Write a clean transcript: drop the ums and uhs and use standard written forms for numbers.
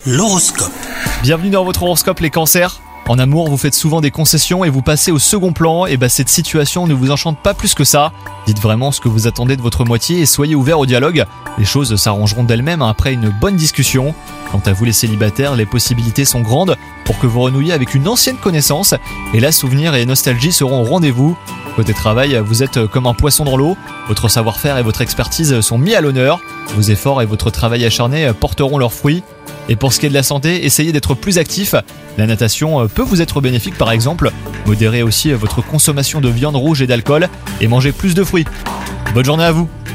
L'horoscope. Bienvenue dans votre horoscope les cancers. En amour, vous faites souvent des concessions et vous passez au second plan. Et cette situation ne vous enchante pas plus que ça. Dites vraiment ce que vous attendez de votre moitié et soyez ouverts au dialogue. Les choses s'arrangeront d'elles-mêmes après une bonne discussion. Quant à vous les célibataires, les possibilités sont grandes pour que vous renouiez avec une ancienne connaissance. Et là, souvenirs et nostalgie seront au rendez-vous. Côté travail, vous êtes comme un poisson dans l'eau. Votre savoir-faire et votre expertise sont mis à l'honneur. Vos efforts et votre travail acharné porteront leurs fruits. Et pour ce qui est de la santé, essayez d'être plus actif. La natation peut vous être bénéfique par exemple. Modérez aussi votre consommation de viande rouge et d'alcool et mangez plus de fruits. Bonne journée à vous!